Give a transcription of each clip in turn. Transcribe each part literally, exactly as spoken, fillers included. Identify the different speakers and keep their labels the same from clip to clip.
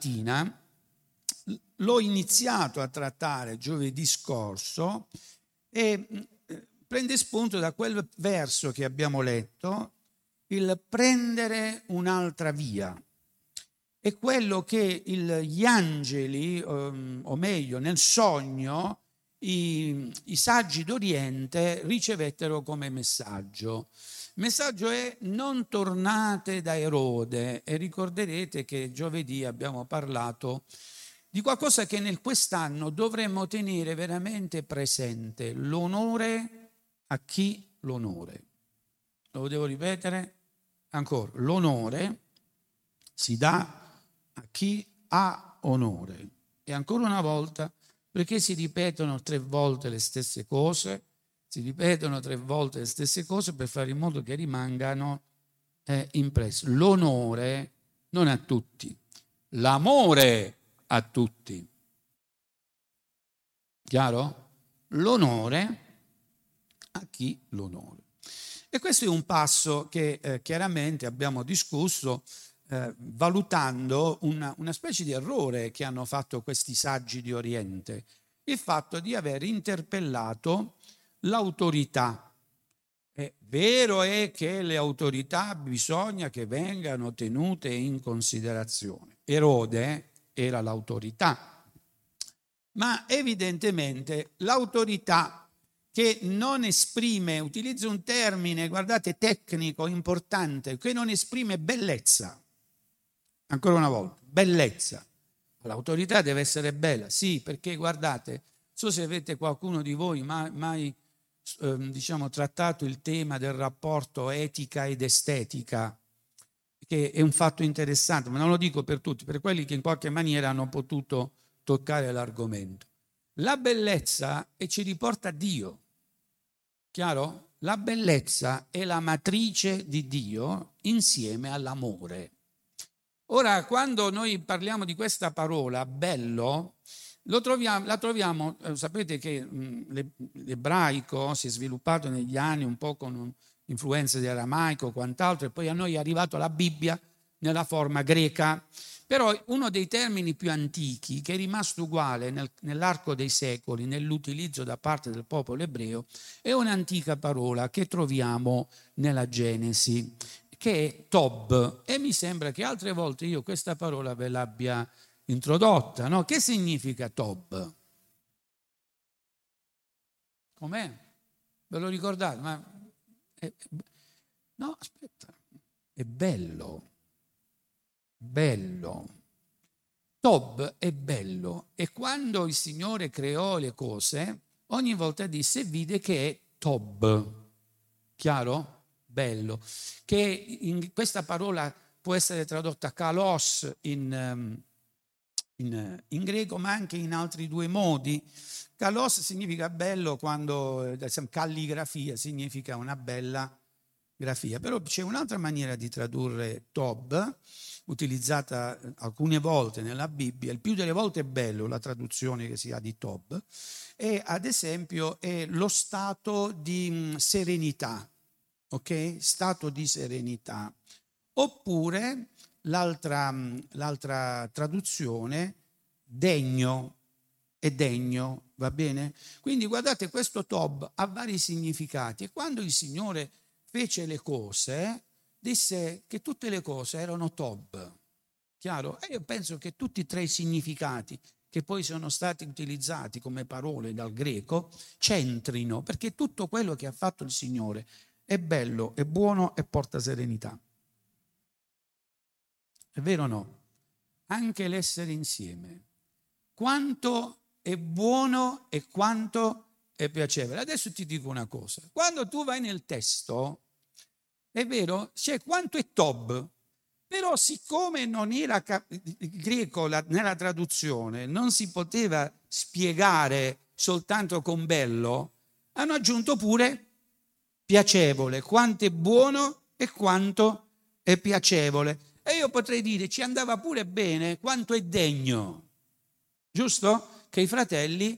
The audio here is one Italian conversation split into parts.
Speaker 1: mattina, l'ho iniziato a trattare giovedì scorso e prende spunto da quel verso che abbiamo letto, il prendere un'altra via. È quello che il, gli angeli, o meglio nel sogno, i, i saggi d'Oriente ricevettero come messaggio. Il messaggio è: non tornate da Erode. E ricorderete che giovedì abbiamo parlato di qualcosa che nel quest'anno dovremmo tenere veramente presente: l'onore a chi l'onore. Lo devo ripetere ancora: l'onore si dà a chi ha onore. E ancora una volta, perché si ripetono tre volte le stesse cose? Si ripetono tre volte le stesse cose per fare in modo che rimangano eh, impresse. L'onore non a tutti, l'amore a tutti. Chiaro? L'onore a chi l'onore. E questo è un passo che eh, chiaramente abbiamo discusso eh, valutando una, una specie di errore che hanno fatto questi saggi di Oriente, il fatto di aver interpellato l'autorità. È vero è che le autorità bisogna che vengano tenute in considerazione. Erode era l'autorità, ma evidentemente l'autorità che non esprime, utilizzo un termine, guardate, tecnico, importante, che non esprime bellezza. Ancora una volta, bellezza. L'autorità deve essere bella, sì, perché guardate, non so se avete qualcuno di voi mai, mai eh, diciamo, trattato il tema del rapporto etica ed estetica, che è un fatto interessante, ma non lo dico per tutti, per quelli che in qualche maniera hanno potuto toccare l'argomento. La bellezza e ci riporta a Dio, chiaro? La bellezza è la matrice di Dio insieme all'amore. Ora, quando noi parliamo di questa parola, bello, lo troviamo, la troviamo, eh, sapete che mh, l'ebraico si è sviluppato negli anni un po' con influenze di aramaico e quant'altro, e poi a noi è arrivato la Bibbia nella forma greca. Però uno dei termini più antichi, che è rimasto uguale nel, nell'arco dei secoli, nell'utilizzo da parte del popolo ebreo, è un'antica parola che troviamo nella Genesi, che è Tob. E mi sembra che altre volte io questa parola ve l'abbia introdotta, no? Che significa Tob? Com'è? Ve lo ricordate? Ma è, no, aspetta, è bello. Bello. Tob è bello, e quando il Signore creò le cose, ogni volta disse, vide che è Tob. Chiaro? Bello. Che in questa parola può essere tradotta kalos in, in, in greco, ma anche in altri due modi. Kalos significa bello quando, ad esempio, calligrafia significa una bella grafia. Però c'è un'altra maniera di tradurre Tob, utilizzata alcune volte nella Bibbia, il più delle volte è bello la traduzione che si ha di Tob, e ad esempio è lo stato di serenità, ok? Stato di serenità. Oppure l'altra, l'altra traduzione, degno, è degno, va bene? Quindi guardate, questo Tob ha vari significati, e quando il Signore fece le cose, disse che tutte le cose erano Tob, chiaro? E io penso che tutti e tre i significati che poi sono stati utilizzati come parole dal greco c'entrino, perché tutto quello che ha fatto il Signore è bello, è buono e porta serenità. È vero o no? Anche l'essere insieme. Quanto è buono e quanto è piacevole. Adesso ti dico una cosa. Quando tu vai nel testo, è vero, c'è quanto è Tob, però siccome non era il greco la, nella traduzione, non si poteva spiegare soltanto con bello, hanno aggiunto pure piacevole, quanto è buono e quanto è piacevole. E io potrei dire, ci andava pure bene quanto è degno, giusto? Che i fratelli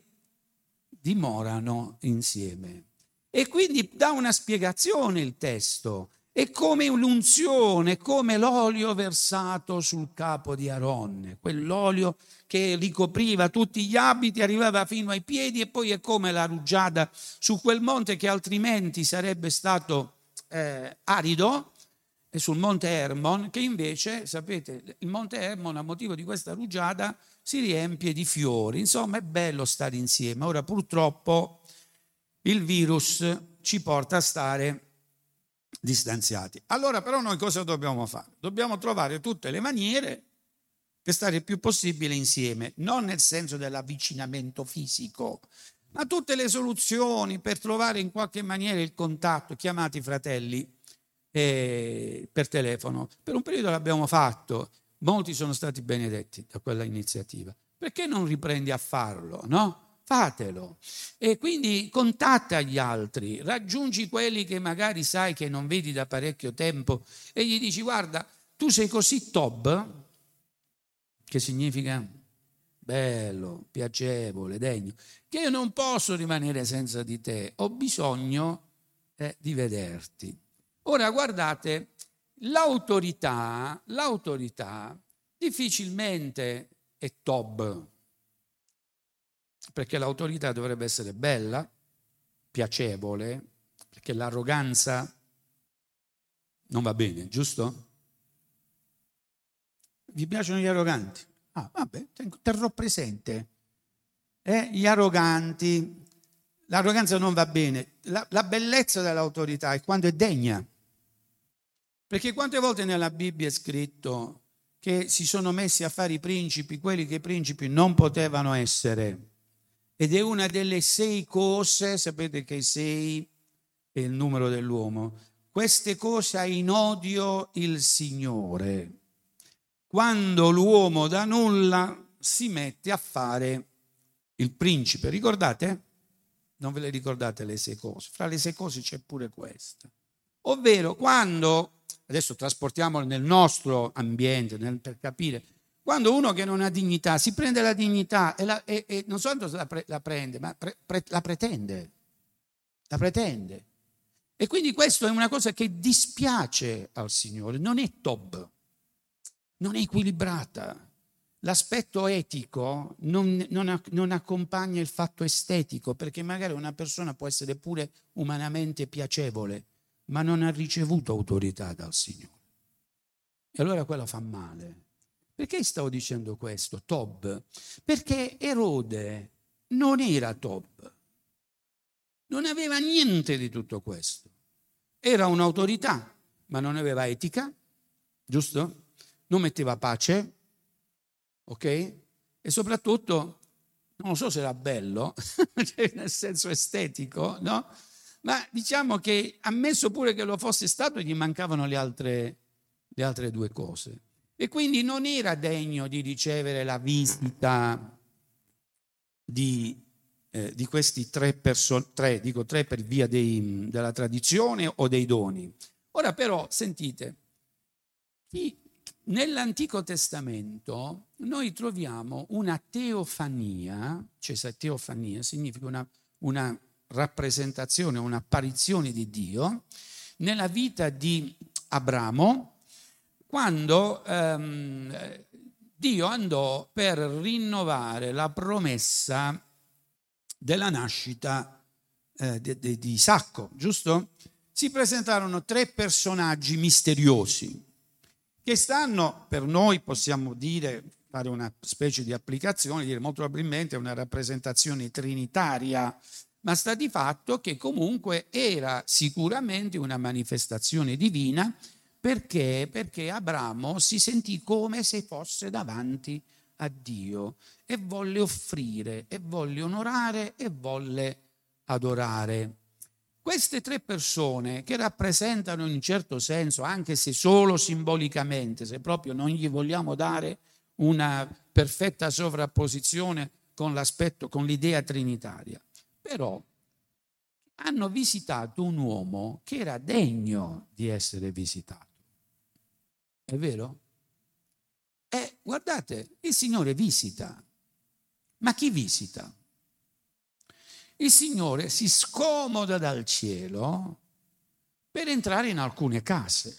Speaker 1: dimorano insieme. E quindi dà una spiegazione il testo. è come l'unzione, come l'olio versato sul capo di Aronne, quell'olio che ricopriva tutti gli abiti, arrivava fino ai piedi, e poi è come la rugiada su quel monte che altrimenti sarebbe stato eh, arido, e sul monte Hermon, che invece, sapete, il monte Hermon a motivo di questa rugiada si riempie di fiori. Insomma, è bello stare insieme. Ora purtroppo il virus ci porta a stare distanziati. Allora però noi cosa dobbiamo fare? Dobbiamo trovare tutte le maniere per stare il più possibile insieme, non nel senso dell'avvicinamento fisico, ma tutte le soluzioni per trovare in qualche maniera il contatto. Chiamati fratelli eh, per telefono. Per un periodo l'abbiamo fatto, molti sono stati benedetti da quella iniziativa. Perché non riprendi a farlo, no? Fatelo. E quindi contatta gli altri, raggiungi quelli che magari sai che non vedi da parecchio tempo e gli dici: guarda, tu sei così tob, che significa bello, piacevole, degno, che io non posso rimanere senza di te, ho bisogno eh, di vederti. Ora guardate, l'autorità, l'autorità difficilmente è tob, perché l'autorità dovrebbe essere bella, piacevole, perché l'arroganza non va bene, giusto? Vi piacciono gli arroganti? Ah, vabbè, terrò presente. Eh, gli arroganti, l'arroganza non va bene. La, la bellezza dell'autorità è quando è degna. Perché quante volte nella Bibbia è scritto che si sono messi a fare i principi, quelli che i principi non potevano essere. Ed è una delle sei cose, sapete che sei è il numero dell'uomo, queste cose ha in odio il Signore. Quando l'uomo da nulla si mette a fare il principe, ricordate? Non ve le ricordate le sei cose? Fra le sei cose c'è pure questa. Ovvero quando, adesso trasportiamolo nel nostro ambiente, nel, per capire, quando uno che non ha dignità si prende la dignità e, la, e, e non soltanto la, pre, la prende, ma pre, pre, la pretende, la pretende. E quindi questo è una cosa che dispiace al Signore, non è tob, non è equilibrata. L'aspetto etico non, non, non accompagna il fatto estetico, perché magari una persona può essere pure umanamente piacevole, ma non ha ricevuto autorità dal Signore. E allora quello fa male. Perché stavo dicendo questo, tob? Perché Erode non era tob, non aveva niente di tutto questo. Era un'autorità, ma non aveva etica, giusto? Non metteva pace, ok? E soprattutto, non lo so se era bello, nel senso estetico, no? Ma diciamo che, ammesso pure che lo fosse stato, gli mancavano le altre, le altre due cose. E quindi non era degno di ricevere la visita di, eh, di questi tre persone, tre, dico tre per via dei, della tradizione o dei doni. Ora però, sentite, chi, nell'Antico Testamento noi troviamo una teofania, cioè teofania significa una, una rappresentazione, un'apparizione di Dio nella vita di Abramo, quando ehm, Dio andò per rinnovare la promessa della nascita eh, di, di, di Isacco, giusto? Si presentarono tre personaggi misteriosi che stanno, per noi possiamo dire, fare una specie di applicazione, dire molto probabilmente una rappresentazione trinitaria, ma sta di fatto che comunque era sicuramente una manifestazione divina. Perché? Perché Abramo si sentì come se fosse davanti a Dio e volle offrire, e volle onorare, e volle adorare. Queste tre persone che rappresentano in un certo senso, anche se solo simbolicamente, se proprio non gli vogliamo dare una perfetta sovrapposizione con l'aspetto, con l'idea trinitaria, però hanno visitato un uomo che era degno di essere visitato. È vero? E guardate, il Signore visita. Ma chi visita? Il Signore si scomoda dal cielo per entrare in alcune case.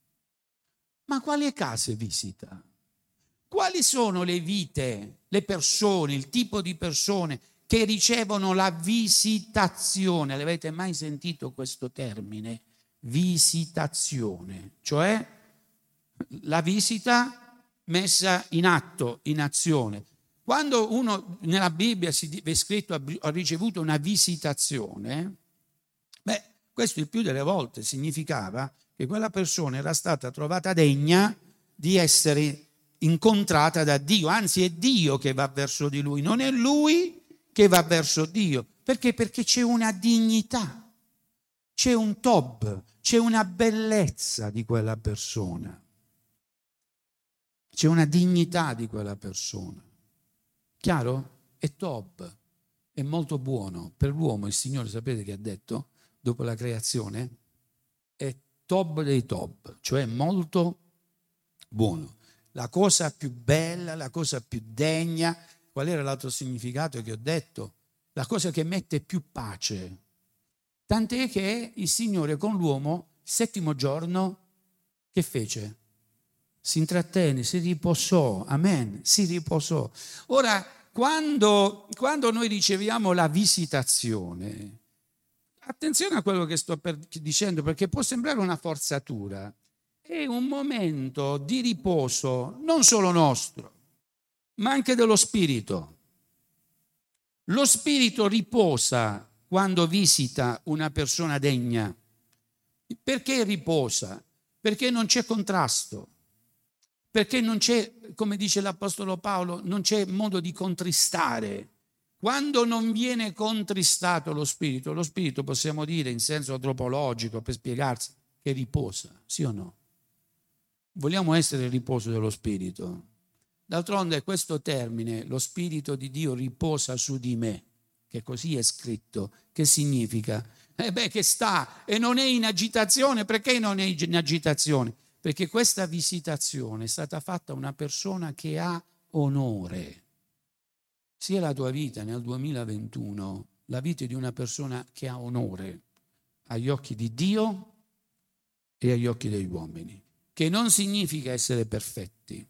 Speaker 1: Ma quali case visita? Quali sono le vite, le persone, il tipo di persone che ricevono la visitazione? L'avete mai sentito questo termine? Visitazione, cioè la visita messa in atto, in azione. Quando uno nella Bibbia si è scritto ha ricevuto una visitazione, beh, questo il più delle volte significava che quella persona era stata trovata degna di essere incontrata da Dio, anzi è Dio che va verso di lui, non è lui che va verso Dio. Perché? Perché c'è una dignità, c'è un tob, c'è una bellezza di quella persona, c'è una dignità di quella persona. Chiaro? È tob, è molto buono. Per l'uomo il Signore, sapete che ha detto, dopo la creazione? È tob dei tob, cioè molto buono. La cosa più bella, la cosa più degna. Qual era l'altro significato che ho detto? La cosa che mette più pace. Tant'è che il Signore con l'uomo, il settimo giorno, che fece? Si intrattenne, si riposò, amen, si riposò. Ora, quando, quando noi riceviamo la visitazione, attenzione a quello che sto per, dicendo, perché può sembrare una forzatura. È un momento di riposo non solo nostro, ma anche dello spirito. Lo spirito riposa quando visita una persona degna. Perché riposa? Perché non c'è contrasto, perché non c'è, come dice l'Apostolo Paolo, non c'è modo di contristare. Quando non viene contristato lo spirito, lo spirito possiamo dire in senso antropologico, per spiegarsi, che riposa, sì o no? Vogliamo essere il riposo dello spirito. D'altronde questo termine, lo spirito di Dio riposa su di me, che così è scritto, che significa? Eh beh, che sta e non è in agitazione. Perché non è in agitazione? Perché questa visitazione è stata fatta a una persona che ha onore. Sia la tua vita nel duemilaventuno, la vita di una persona che ha onore agli occhi di Dio e agli occhi degli uomini, che non significa essere perfetti,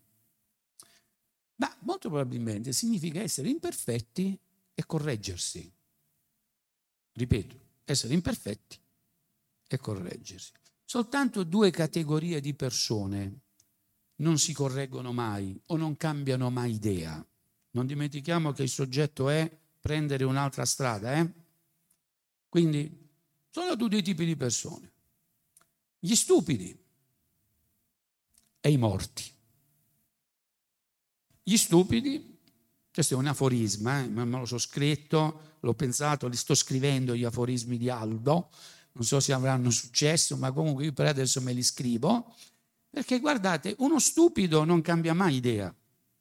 Speaker 1: ma molto probabilmente significa essere imperfetti e correggersi. Ripeto, essere imperfetti e correggersi. Soltanto due categorie di persone non si correggono mai o non cambiano mai idea. Non dimentichiamo che il soggetto è prendere un'altra strada. Eh? Quindi sono due tipi di persone. Gli stupidi e i morti. Gli stupidi, questo è un aforisma, eh? me lo so scritto, l'ho pensato, li sto scrivendo gli aforismi di Aldo, non so se avranno successo, ma comunque io per adesso me li scrivo, perché guardate, uno stupido non cambia mai idea,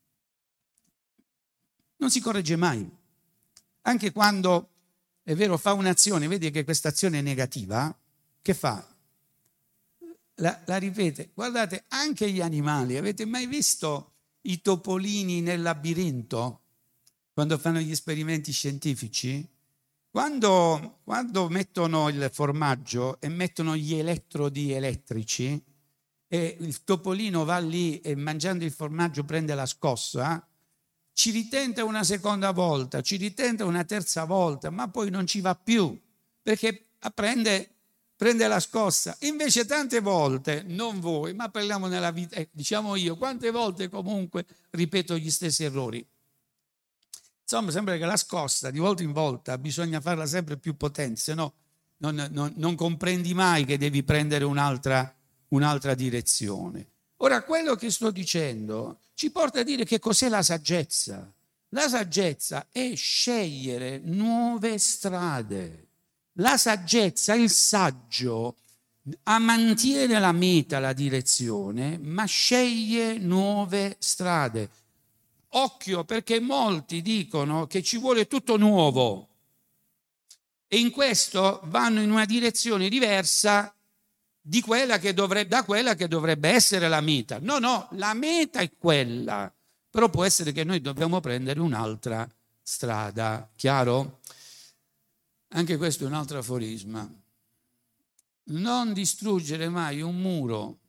Speaker 1: non si corregge mai. Anche quando, è vero, fa un'azione, vedi che questa azione è negativa, che fa? La, la ripete. Guardate, anche gli animali, avete mai visto i topolini nel labirinto, quando fanno gli esperimenti scientifici? Quando, quando mettono il formaggio e mettono gli elettrodi elettrici e il topolino va lì e mangiando il formaggio prende la scossa, ci ritenta una seconda volta, ci ritenta una terza volta, ma poi non ci va più, perché prende, prende la scossa. Invece tante volte, non voi, ma parliamo nella vita, eh, diciamo io, quante volte comunque ripeto gli stessi errori. Insomma, sembra che la scossa di volta in volta bisogna farla sempre più potente, se no non, non, non comprendi mai che devi prendere un'altra, un'altra direzione. Ora, quello che sto dicendo ci porta a dire che cos'è la saggezza. La saggezza è scegliere nuove strade. La saggezza, il saggio, mantiene la meta, la direzione, ma sceglie nuove strade. Occhio, perché molti dicono che ci vuole tutto nuovo e in questo vanno in una direzione diversa di quella che dovrebbe, da quella che dovrebbe essere la meta. No, no, la meta è quella, però può essere che noi dobbiamo prendere un'altra strada, chiaro? Anche questo è un altro aforisma. non distruggere mai un muro,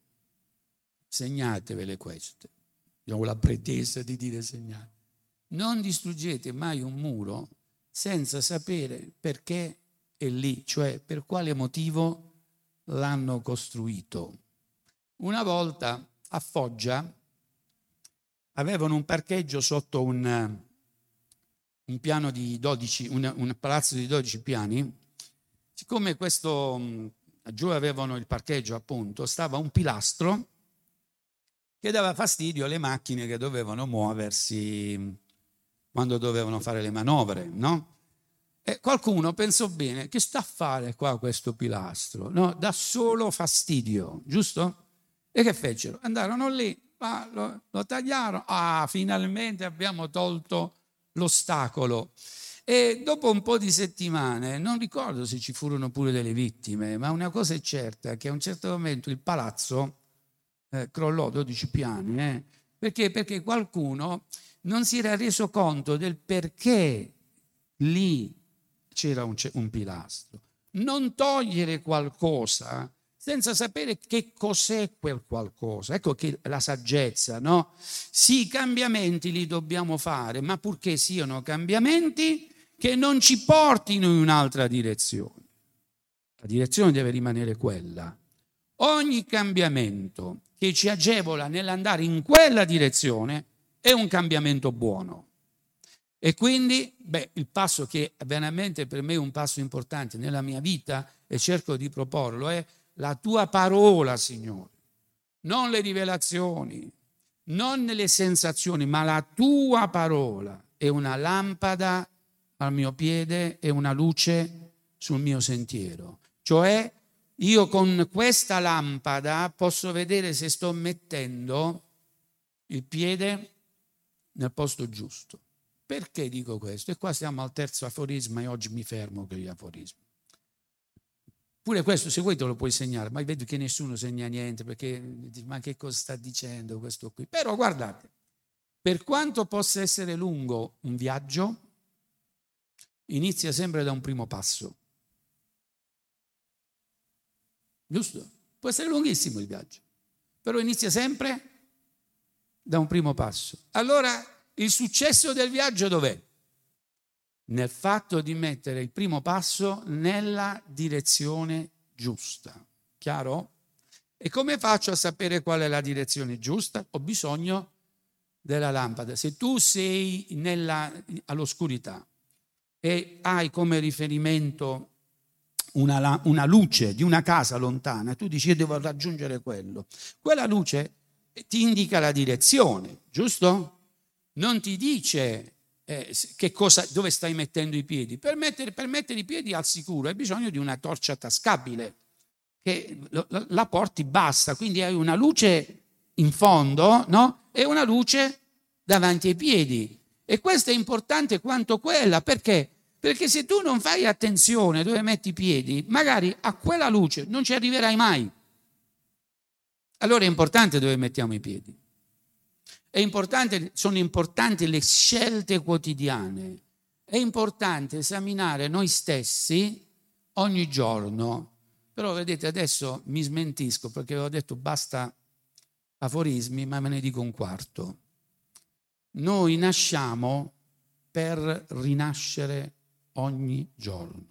Speaker 1: segnatevele queste, io ho la pretesa di dire segnate, non distruggete mai un muro senza sapere perché è lì, cioè per quale motivo l'hanno costruito. Una volta a Foggia avevano un parcheggio sotto un, un piano di dodici, un, un palazzo di dodici piani. Siccome questo giù avevano il parcheggio, appunto, stava un pilastro che dava fastidio alle macchine che dovevano muoversi quando dovevano fare le manovre, no? E qualcuno pensò bene, che sta a fare qua questo pilastro? No, dà solo fastidio, giusto? E che fecero? Andarono lì, ah, lo, lo tagliarono, ah, finalmente abbiamo tolto l'ostacolo. E dopo un po' di settimane, non ricordo se ci furono pure delle vittime, ma una cosa è certa, che a un certo momento il palazzo eh, crollò dodici piani. Eh. Perché? Perché qualcuno non si era reso conto del perché lì c'era un, un pilastro. Non togliere qualcosa senza sapere che cos'è quel qualcosa. Ecco che la saggezza, no? Sì, i cambiamenti li dobbiamo fare, ma purché siano cambiamenti che non ci portino in un'altra direzione. La direzione deve rimanere quella. Ogni cambiamento che ci agevola nell'andare in quella direzione è un cambiamento buono. E quindi, beh, il passo che veramente per me è un passo importante nella mia vita, e cerco di proporlo, è la tua parola, Signore. Non le rivelazioni, non le sensazioni, ma la tua parola è una lampada al mio piede e una luce sul mio sentiero. Cioè, io con questa lampada posso vedere se sto mettendo il piede nel posto giusto. Perché dico questo? E qua siamo al terzo aforisma e oggi mi fermo con gli aforismi. Pure questo, se vuoi te lo puoi segnare, ma vedo che nessuno segna niente, perché ma che cosa sta dicendo questo qui? Però guardate, per quanto possa essere lungo un viaggio, inizia sempre da un primo passo. Giusto? Può essere lunghissimo il viaggio, però inizia sempre da un primo passo. Allora, il successo del viaggio dov'è? Nel fatto di mettere il primo passo nella direzione giusta. Chiaro? E come faccio a sapere qual è la direzione giusta? Ho bisogno della lampada. Se tu sei nella, all'oscurità e hai come riferimento una, una luce di una casa lontana, tu dici io devo raggiungere quello. Quella luce ti indica la direzione, giusto? Non ti dice eh, che cosa, dove stai mettendo i piedi. Per mettere, per mettere i piedi al sicuro hai bisogno di una torcia tascabile, che la porti bassa, quindi hai una luce in fondo, no? E una luce davanti ai piedi. E questo è importante quanto quella, perché? Perché se tu non fai attenzione dove metti i piedi, magari a quella luce non ci arriverai mai. Allora è importante dove mettiamo i piedi. È importante, sono importanti le scelte quotidiane. È importante esaminare noi stessi ogni giorno. Però vedete, adesso mi smentisco perché avevo detto basta aforismi, ma me ne dico un quarto. Noi nasciamo per rinascere ogni giorno.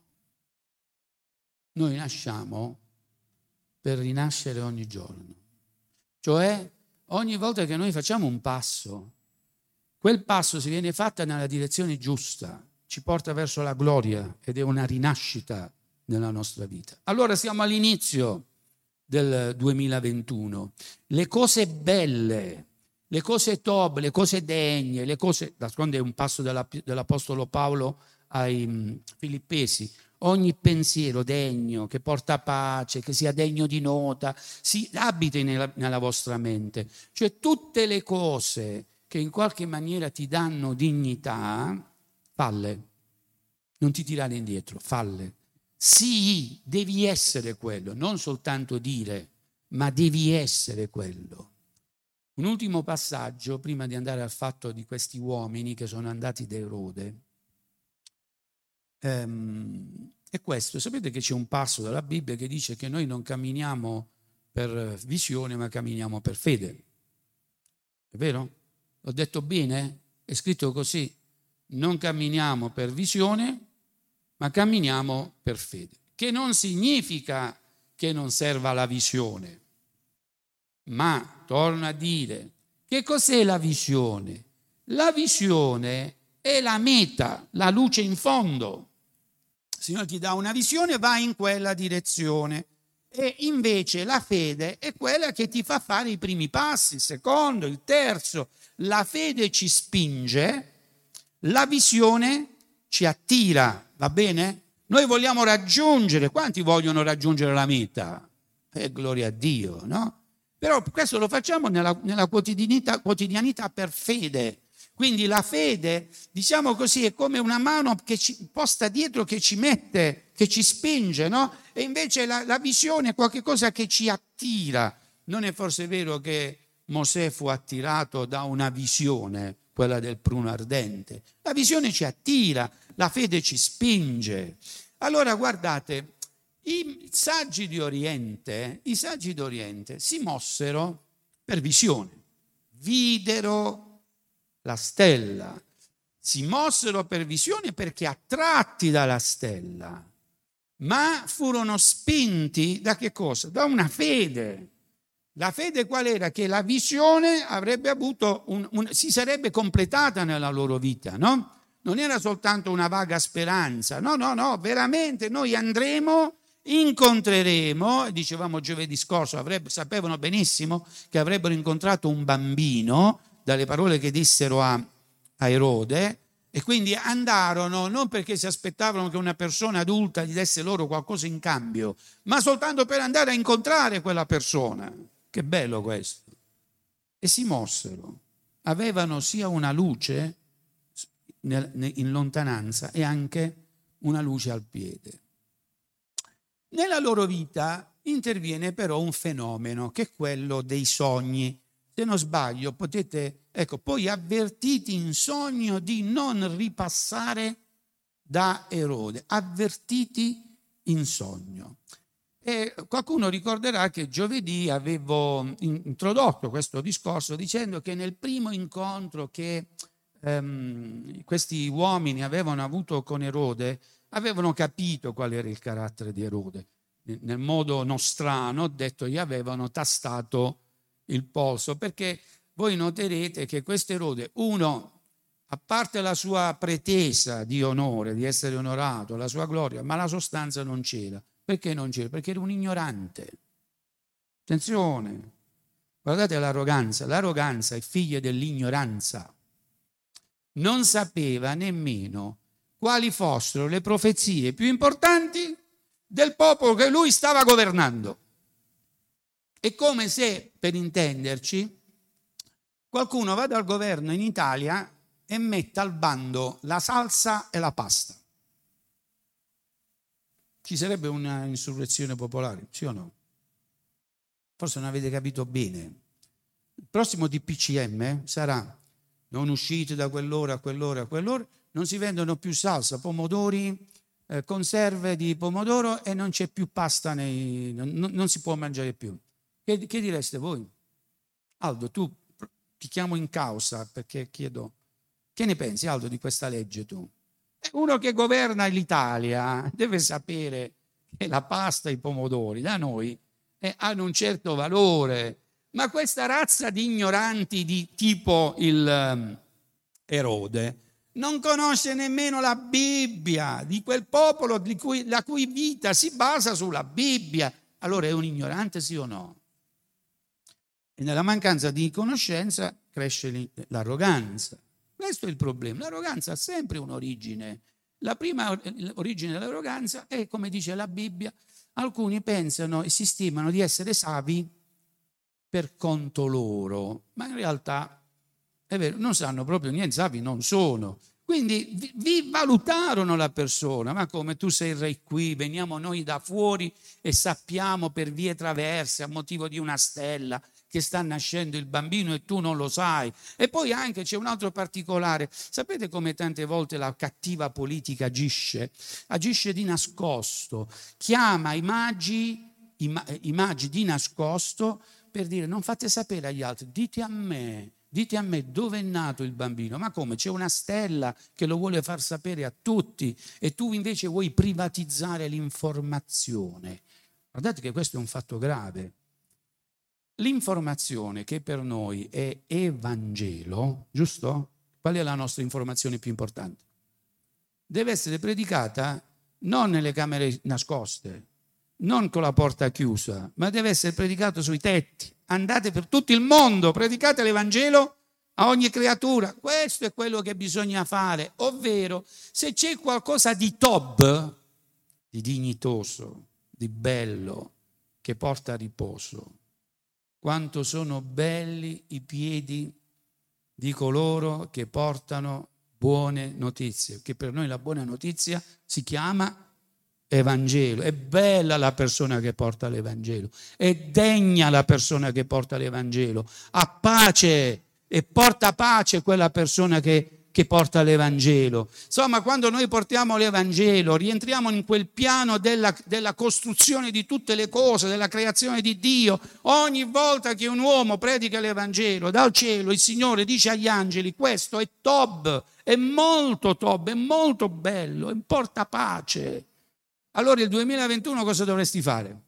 Speaker 1: Noi nasciamo per rinascere ogni giorno. Cioè, ogni volta che noi facciamo un passo, quel passo, se viene fatto nella direzione giusta, ci porta verso la gloria ed è una rinascita nella nostra vita. Allora siamo all'inizio del duemilaventuno. Le cose belle, le cose top, le cose degne, le cose, d'altronde è un passo dell'Apostolo Paolo ai Filippesi, ogni pensiero degno, che porta pace, che sia degno di nota, si abiti nella, nella vostra mente. Cioè tutte le cose che in qualche maniera ti danno dignità, falle. Non ti tirare indietro, falle. Sì, devi essere quello, non soltanto dire, ma devi essere quello. Un ultimo passaggio, prima di andare al fatto di questi uomini che sono andati da Erode. Ehm, è questo. Sapete che c'è un passo della Bibbia che dice che noi non camminiamo per visione, ma camminiamo per fede. È vero? L'ho detto bene? È scritto così. Non camminiamo per visione, ma camminiamo per fede. Che non significa che non serva la visione, ma, torno a dire, che cos'è la visione? La visione è la meta, la luce in fondo. Il Signore ti dà una visione, vai in quella direzione. E invece la fede è quella che ti fa fare i primi passi, il secondo, il terzo. La fede ci spinge, la visione ci attira, va bene? Noi vogliamo raggiungere, quanti vogliono raggiungere la meta? Eh, gloria a Dio, no? Però questo lo facciamo nella, nella quotidianità, quotidianità per fede. Quindi la fede, diciamo così, è come una mano che ci posta dietro, che ci mette, che ci spinge, no? E invece la, la visione è qualcosa che ci attira. Non è forse vero che Mosè fu attirato da una visione, quella del pruno ardente? La visione ci attira, la fede ci spinge. Allora guardate, i saggi di Oriente, i saggi d'Oriente si mossero per visione, videro la stella, si mossero per visione perché attratti dalla stella, ma furono spinti da che cosa? Da una fede. La fede qual era? Che la visione avrebbe avuto un, un, si sarebbe completata nella loro vita, no? Non era soltanto una vaga speranza, no, no, no, veramente noi andremo, incontreremo, dicevamo giovedì scorso, avrebbe, sapevano benissimo che avrebbero incontrato un bambino, dalle parole che dissero a, a Erode, e quindi andarono non perché si aspettavano che una persona adulta gli desse loro qualcosa in cambio, ma soltanto per andare a incontrare quella persona. Che bello questo! E si mossero. Avevano sia una luce in lontananza e anche una luce al piede. Nella loro vita interviene però un fenomeno che è quello dei sogni. Se non sbaglio, potete, ecco, poi avvertiti in sogno di non ripassare da Erode, avvertiti in sogno. E qualcuno ricorderà che giovedì avevo introdotto questo discorso dicendo che nel primo incontro che ehm, questi uomini avevano avuto con Erode, avevano capito qual era il carattere di Erode. Nel modo nostrano, ho detto, gli avevano tastato il polso, perché voi noterete che questo Erode, uno, a parte la sua pretesa di onore, di essere onorato, la sua gloria, ma la sostanza non c'era. Perché non c'era? Perché era un ignorante. Attenzione, guardate l'arroganza, l'arroganza è figlia dell'ignoranza. Non sapeva nemmeno quali fossero le profezie più importanti del popolo che lui stava governando. È come se, per intenderci, qualcuno vada al governo in Italia e metta al bando la salsa e la pasta. Ci sarebbe una insurrezione popolare, sì o no? Forse non avete capito bene. Il prossimo D P C M sarà: non uscite da quell'ora a quell'ora a quell'ora, non si vendono più salsa, pomodori, eh, conserve di pomodoro e non c'è più pasta, nei, non, non si può mangiare più. Che, che direste voi? Aldo, tu ti chiamo in causa perché chiedo, che ne pensi, Aldo, di questa legge tu? Uno che governa l'Italia deve sapere che la pasta e i pomodori da noi eh, hanno un certo valore, ma questa razza di ignoranti di tipo il um, Erode non conosce nemmeno la Bibbia, di quel popolo di cui, la cui vita si basa sulla Bibbia. Allora è un ignorante, sì o no? E nella mancanza di conoscenza cresce l'arroganza. Questo è il problema. L'arroganza ha sempre un'origine. La prima origine dell'arroganza è, come dice la Bibbia, alcuni pensano e si stimano di essere savi per conto loro, ma in realtà è vero, non sanno proprio niente, savi non sono. Quindi vi, vi valutarono la persona, ma come tu sei il re qui, veniamo noi da fuori e sappiamo per vie traverse a motivo di una stella che sta nascendo il bambino e tu non lo sai. E poi anche c'è un altro particolare. Sapete come tante volte la cattiva politica agisce? Agisce di nascosto, chiama i magi, i, ma- i magi di nascosto per dire non fate sapere agli altri, dite a me, dite a me dove è nato il bambino. Ma come? C'è una stella che lo vuole far sapere a tutti e tu invece vuoi privatizzare l'informazione. Guardate che questo è un fatto grave. L'informazione che per noi è Evangelo, giusto? Qual è la nostra informazione più importante? Deve essere predicata non nelle camere nascoste, non con la porta chiusa, ma deve essere predicato sui tetti. Andate per tutto il mondo, predicate l'Evangelo a ogni creatura. Questo è quello che bisogna fare, ovvero se c'è qualcosa di top, di dignitoso, di bello, che porta a riposo. Quanto sono belli i piedi di coloro che portano buone notizie, che per noi la buona notizia si chiama Evangelo. È bella la persona che porta l'Evangelo, è degna la persona che porta l'Evangelo, ha pace e porta pace quella persona che che porta l'Evangelo. Insomma, quando noi portiamo l'Evangelo, rientriamo in quel piano della, della costruzione di tutte le cose, della creazione di Dio. Ogni volta che un uomo predica l'Evangelo, dal cielo il Signore dice agli angeli, questo è Tob, è molto Tob, è molto bello, porta pace. Allora il duemilaventuno cosa dovresti fare?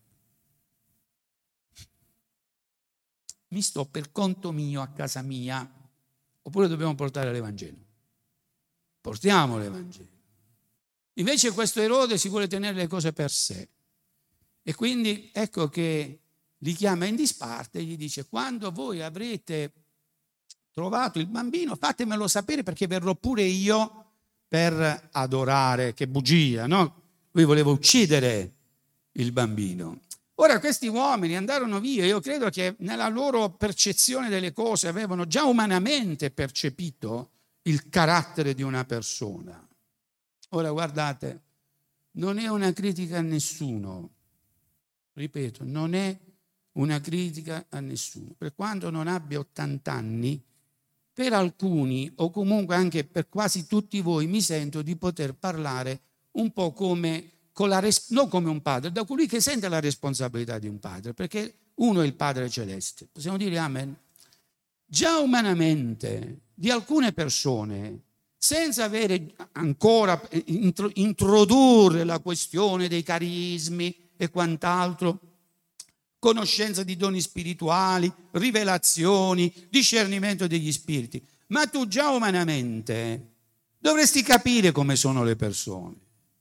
Speaker 1: Mi sto per conto mio a casa mia, oppure dobbiamo portare l'Evangelo? Portiamo l'Evangelo. Invece questo Erode si vuole tenere le cose per sé e quindi ecco che li chiama in disparte e gli dice quando voi avrete trovato il bambino fatemelo sapere perché verrò pure io per adorare. Che bugia, no? Lui voleva uccidere il bambino. Ora questi uomini andarono via, io credo che nella loro percezione delle cose avevano già umanamente percepito il carattere di una persona. Ora guardate, non è una critica a nessuno, ripeto, non è una critica a nessuno. Per quanto non abbia ottanta anni, per alcuni o comunque anche per quasi tutti voi mi sento di poter parlare un po' come, con la res- non come un padre, da colui che sente la responsabilità di un padre, perché uno è il Padre Celeste. Possiamo dire amen? Già umanamente di alcune persone, senza avere ancora intro, introdurre la questione dei carismi e quant'altro, conoscenza di doni spirituali, rivelazioni, discernimento degli spiriti, ma tu già umanamente dovresti capire come sono le persone.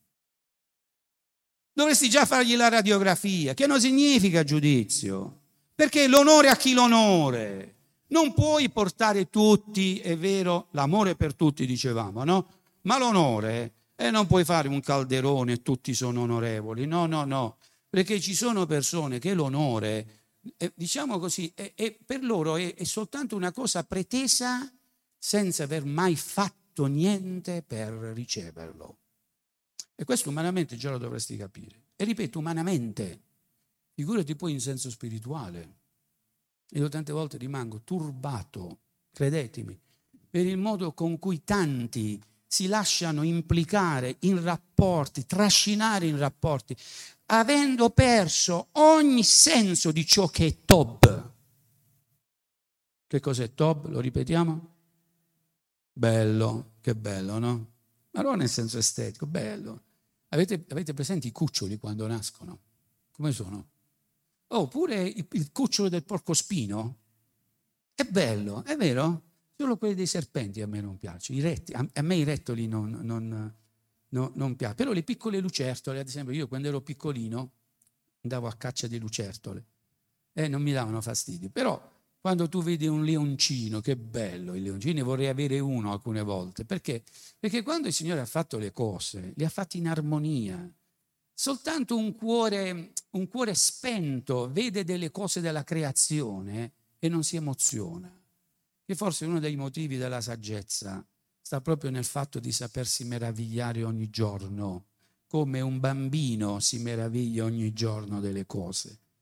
Speaker 1: Dovresti già fargli la radiografia, che non significa giudizio, perché l'onore a chi l'onore. Non puoi portare tutti, è vero, l'amore per tutti dicevamo, no? Ma l'onore, eh, non puoi fare un calderone e tutti sono onorevoli, no, no, no, perché ci sono persone che l'onore, eh, diciamo così, è, è, per loro è, è soltanto una cosa pretesa senza aver mai fatto niente per riceverlo. E questo umanamente già lo dovresti capire. E ripeto, umanamente, figurati poi in senso spirituale. Io tante volte rimango turbato, credetemi, per il modo con cui tanti si lasciano implicare in rapporti, trascinare in rapporti, avendo perso ogni senso di ciò che è Tob. Che cos'è Tob? Lo ripetiamo? Bello, che bello, no? Ma non nel senso estetico, bello. Avete, avete presente i cuccioli quando nascono? Come sono? Oppure il, il cucciolo del porcospino? È bello, è vero? Solo quelli dei serpenti a me non piacciono. I retti, a, a me i rettili non, non, non, non piacciono. Però le piccole lucertole, ad esempio io quando ero piccolino andavo a caccia di lucertole e non mi davano fastidio. Però quando tu vedi un leoncino, che bello i leoncini, vorrei avere uno alcune volte. Perché? Perché quando il Signore ha fatto le cose, le ha fatte in armonia. Soltanto un cuore, un cuore spento vede delle cose della creazione e non si emoziona. Che forse uno dei motivi della saggezza sta proprio nel fatto di sapersi meravigliare ogni giorno, come un bambino si meraviglia ogni giorno delle cose.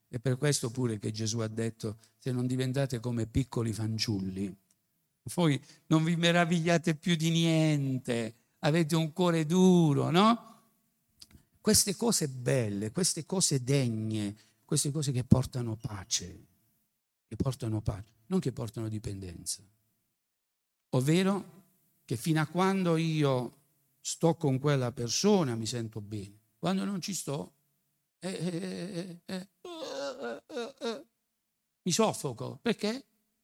Speaker 1: È per questo pure che Gesù ha detto: se non diventate come piccoli fanciulli, voi non vi meravigliate più di niente, avete un cuore duro, no? Queste cose belle, queste cose degne, queste cose che portano pace, che portano pace, non che portano dipendenza. Ovvero che fino a quando io sto con quella persona mi sento bene, quando non ci sto eh, eh, eh, eh, eh, eh, eh, mi soffoco. Perché?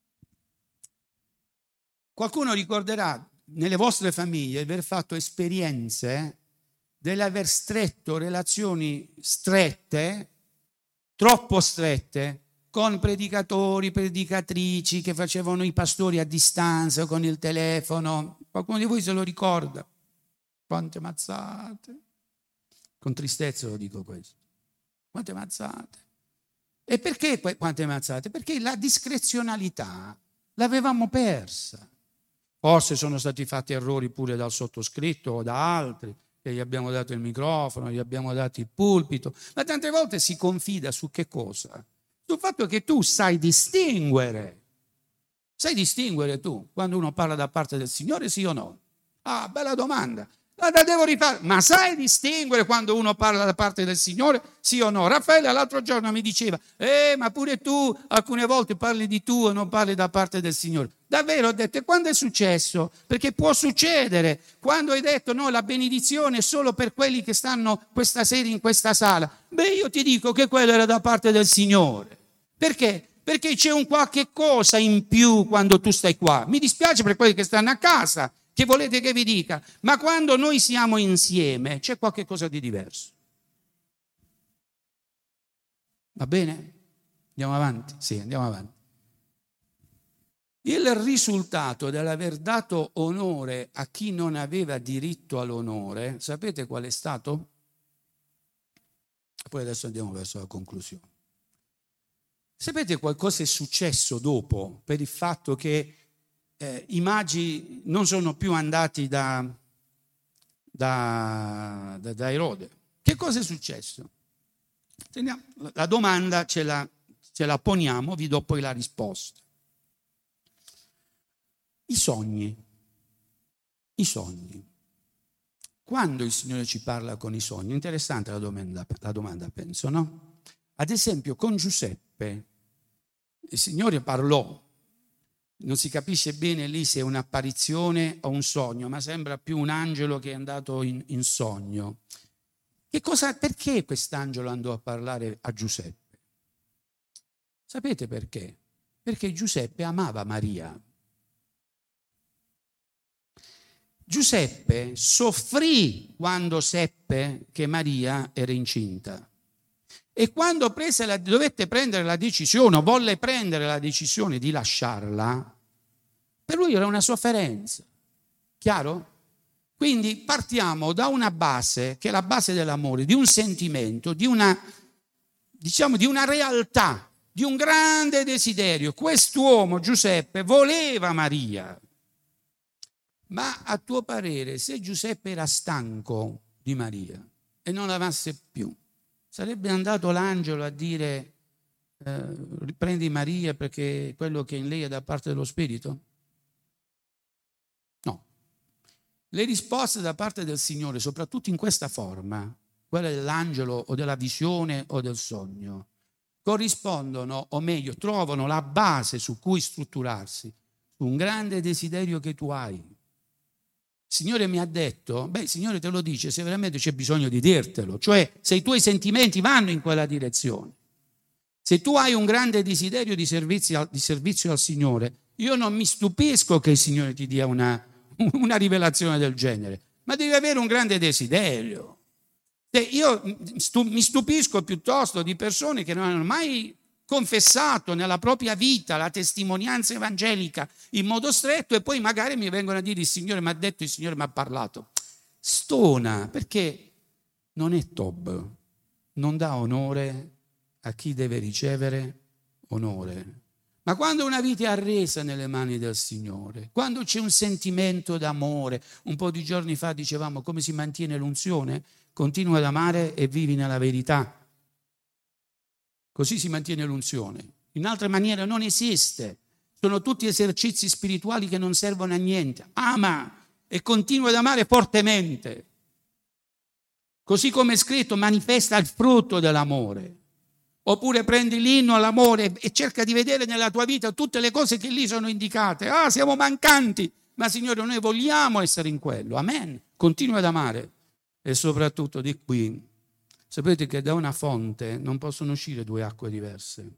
Speaker 1: Qualcuno ricorderà nelle vostre famiglie aver fatto esperienze dell'aver stretto relazioni strette, troppo strette, con predicatori, predicatrici che facevano i pastori a distanza con il telefono. Qualcuno di voi se lo ricorda? Quante mazzate. Con tristezza lo dico questo. Quante mazzate. E perché quante mazzate? Perché la discrezionalità l'avevamo persa. Forse sono stati fatti errori pure dal sottoscritto o da altri, che gli abbiamo dato il microfono, gli abbiamo dato il pulpito, ma tante volte si confida su che cosa? Sul fatto che tu sai distinguere. Sai distinguere tu quando uno parla da parte del Signore, sì o no? Ah, bella domanda. La devo rifare. Ma sai distinguere quando uno parla da parte del Signore, sì o no? Raffaele l'altro giorno mi diceva: eh, ma pure tu alcune volte parli di tu e non parli da parte del Signore. Davvero? Ho detto: e quando è successo? Perché può succedere. Quando hai detto no, la benedizione è solo per quelli che stanno questa sera in questa sala. Beh, io ti dico che quello era da parte del Signore. Perché? Perché c'è un qualche cosa in più quando tu stai qua. Mi dispiace per quelli che stanno a casa, che volete che vi dica, ma quando noi siamo insieme c'è qualche cosa di diverso. Va bene? Andiamo avanti? Sì, andiamo avanti. Il risultato dell'aver dato onore a chi non aveva diritto all'onore, sapete qual è stato? Poi adesso andiamo verso la conclusione. Sapete qualcosa è successo dopo per il fatto che eh, i magi non sono più andati da, da, da, da Erode? Che cosa è successo? Teniamo, la domanda ce la, ce la poniamo, vi do poi la risposta. I sogni. I sogni. Quando il Signore ci parla con i sogni, interessante la domanda, la domanda penso, no? Ad esempio con Giuseppe, il Signore parlò, non si capisce bene lì se è un'apparizione o un sogno, ma sembra più un angelo che è andato in, in sogno. Che cosa, perché quest'angelo andò a parlare a Giuseppe? Sapete perché? Perché Giuseppe amava Maria. Giuseppe soffrì quando seppe che Maria era incinta. E quando prese la, dovette prendere la decisione, o volle prendere la decisione di lasciarla, per lui era una sofferenza. Chiaro? Quindi partiamo da una base, che è la base dell'amore, di un sentimento, di una, diciamo, di una realtà, di un grande desiderio. Quest'uomo, Giuseppe, voleva Maria. Ma a tuo parere, se Giuseppe era stanco di Maria e non l'amasse più, sarebbe andato l'angelo a dire eh, riprendi Maria perché quello che in lei è da parte dello Spirito? No. Le risposte da parte del Signore, soprattutto in questa forma, quella dell'angelo o della visione o del sogno, corrispondono, o meglio, trovano la base su cui strutturarsi, su un grande desiderio che tu hai. Il Signore mi ha detto, beh, il Signore te lo dice se veramente c'è bisogno di dirtelo, cioè se i tuoi sentimenti vanno in quella direzione, se tu hai un grande desiderio di servizio, di servizio al Signore, io non mi stupisco che il Signore ti dia una, una rivelazione del genere, ma devi avere un grande desiderio. Io mi stupisco piuttosto di persone che non hanno mai confessato nella propria vita la testimonianza evangelica in modo stretto e poi magari mi vengono a dire il Signore mi ha detto, il Signore mi ha parlato. Stona, perché non è Tob, non dà onore a chi deve ricevere onore. Ma quando una vita è arresa nelle mani del Signore, quando c'è un sentimento d'amore, un po' di giorni fa dicevamo come si mantiene l'unzione, continua ad amare e vivi nella verità. Così si mantiene l'unzione. In altra maniera non esiste. Sono tutti esercizi spirituali che non servono a niente. Ama e continua ad amare fortemente. Così come è scritto, manifesta il frutto dell'amore. Oppure prendi l'inno all'amore e cerca di vedere nella tua vita tutte le cose che lì sono indicate. Ah, siamo mancanti, ma Signore, noi vogliamo essere in quello. Amen. Continua ad amare. E soprattutto di qui, sapete che da una fonte non possono uscire due acque diverse.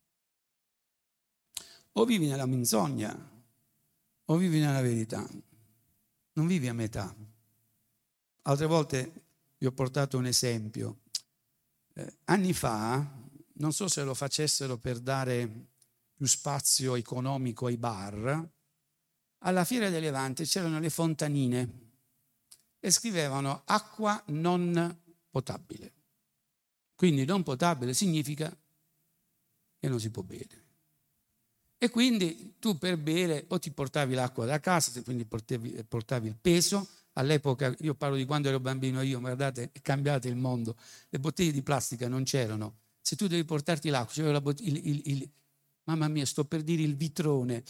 Speaker 1: O vivi nella menzogna, o vivi nella verità. Non vivi a metà. Altre volte vi ho portato un esempio. Eh, anni fa, non so se lo facessero per dare più spazio economico ai bar, alla Fiera del Levante c'erano le fontanine e scrivevano acqua non potabile. Quindi non potabile significa che non si può bere. E quindi tu per bere o ti portavi l'acqua da casa, quindi portavi, portavi il peso. All'epoca, io parlo di quando ero bambino io, ma guardate, è cambiato il mondo. Le bottiglie di plastica non c'erano. Se tu devi portarti l'acqua, c'era la bottiglia, il, il, il, mamma mia, sto per dire il vitrone.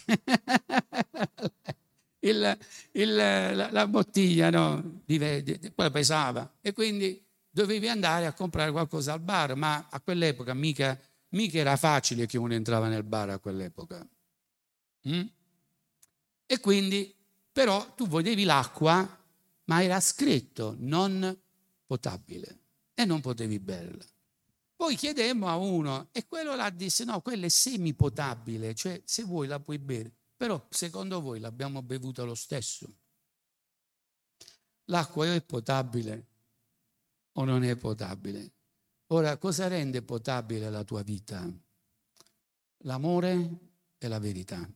Speaker 1: il, il, la, la bottiglia, no? Quella pesava. E quindi dovevi andare a comprare qualcosa al bar, ma a quell'epoca mica, mica era facile che uno entrava nel bar a quell'epoca. Mm? E quindi... Però tu volevi l'acqua, ma era scritto non potabile e non potevi berla. Poi chiedemmo a uno e quello là disse no, quella è semipotabile, cioè se vuoi la puoi bere, però secondo voi l'abbiamo bevuta lo stesso? L'acqua è potabile o non è potabile? Ora, cosa rende potabile la tua vita? L'amore e la verità.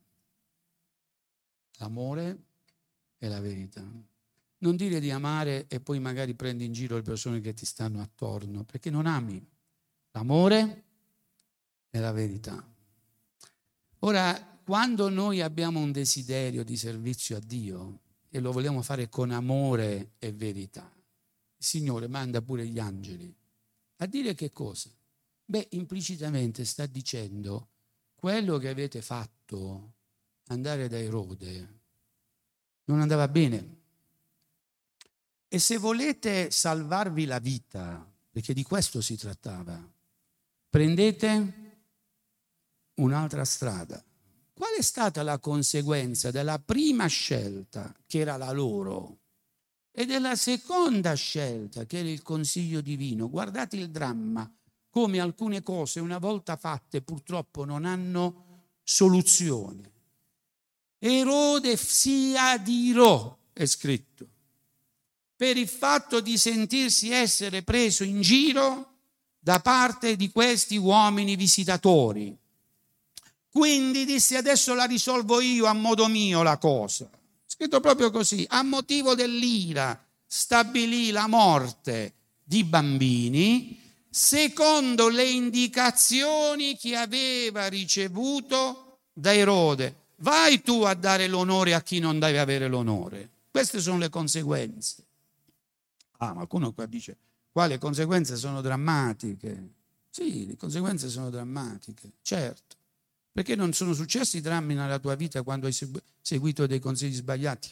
Speaker 1: L'amore è la verità. Non dire di amare e poi magari prendi in giro le persone che ti stanno attorno, perché non ami. L'amore è la verità. Ora, quando noi abbiamo un desiderio di servizio a Dio e lo vogliamo fare con amore e verità, il Signore manda pure gli angeli. A dire che cosa? Beh, implicitamente sta dicendo quello che avete fatto andare da Erode non andava bene. E se volete salvarvi la vita, perché di questo si trattava, prendete un'altra strada. Qual è stata la conseguenza della prima scelta, che era la loro, e della seconda scelta, che era il consiglio divino? Guardate il dramma, come alcune cose una volta fatte purtroppo non hanno soluzione. Erode si adirò, è scritto, per il fatto di sentirsi essere preso in giro da parte di questi uomini visitatori. Quindi disse adesso la risolvo io a modo mio la cosa. Scritto proprio così, a motivo dell'ira stabilì la morte di bambini secondo le indicazioni che aveva ricevuto da Erode. Vai tu a dare l'onore a chi non deve avere l'onore. Queste sono le conseguenze. Ah, ma qualcuno qua dice, qua le conseguenze sono drammatiche. Sì, le conseguenze sono drammatiche, certo. Perché non sono successi drammi nella tua vita quando hai seguito dei consigli sbagliati?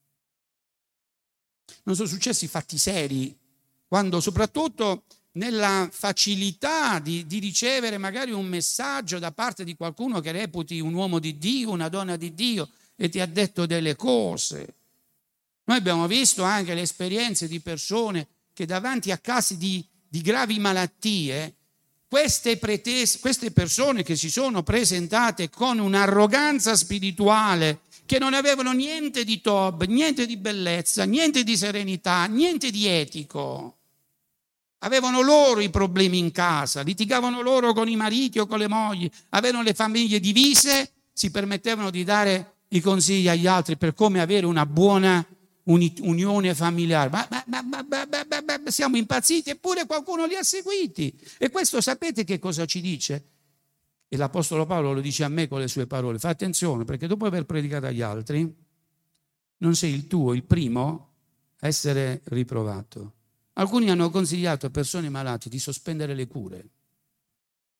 Speaker 1: Non sono successi fatti seri, quando soprattutto nella facilità di, di ricevere magari un messaggio da parte di qualcuno che reputi un uomo di Dio, una donna di Dio e ti ha detto delle cose. Noi abbiamo visto anche le esperienze di persone che davanti a casi di, di gravi malattie, queste, pretese, queste persone che si sono presentate con un'arroganza spirituale, che non avevano niente di top, niente di bellezza, niente di serenità, niente di etico. Avevano loro i problemi in casa, litigavano loro con i mariti o con le mogli, avevano le famiglie divise, si permettevano di dare i consigli agli altri per come avere una buona unione familiare. Ma, ma, ma, ma, ma, ma, ma siamo impazziti, eppure qualcuno li ha seguiti. E questo sapete che cosa ci dice? E l'Apostolo Paolo lo dice a me con le sue parole. Fa attenzione, perché dopo aver predicato agli altri, non sei il tuo, il primo a essere riprovato. Alcuni hanno consigliato a persone malate di sospendere le cure.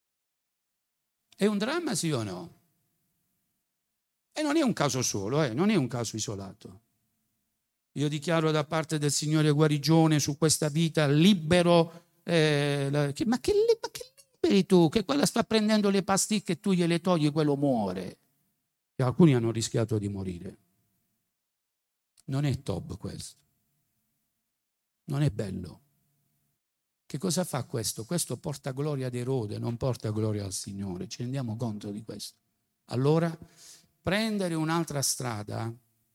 Speaker 1: È un dramma, sì o no? E non è un caso solo, eh? Non è un caso isolato. Io dichiaro da parte del Signore guarigione su questa vita libero. Eh, la, che, ma, che, ma che liberi tu? Che quella sta prendendo le pasticche e tu gliele togli, quello muore. E alcuni hanno rischiato di morire. Non è top questo. Non è bello. Che cosa fa questo? Questo porta gloria ad Erode, non porta gloria al Signore. Ci rendiamo conto di questo? Allora, prendere un'altra strada,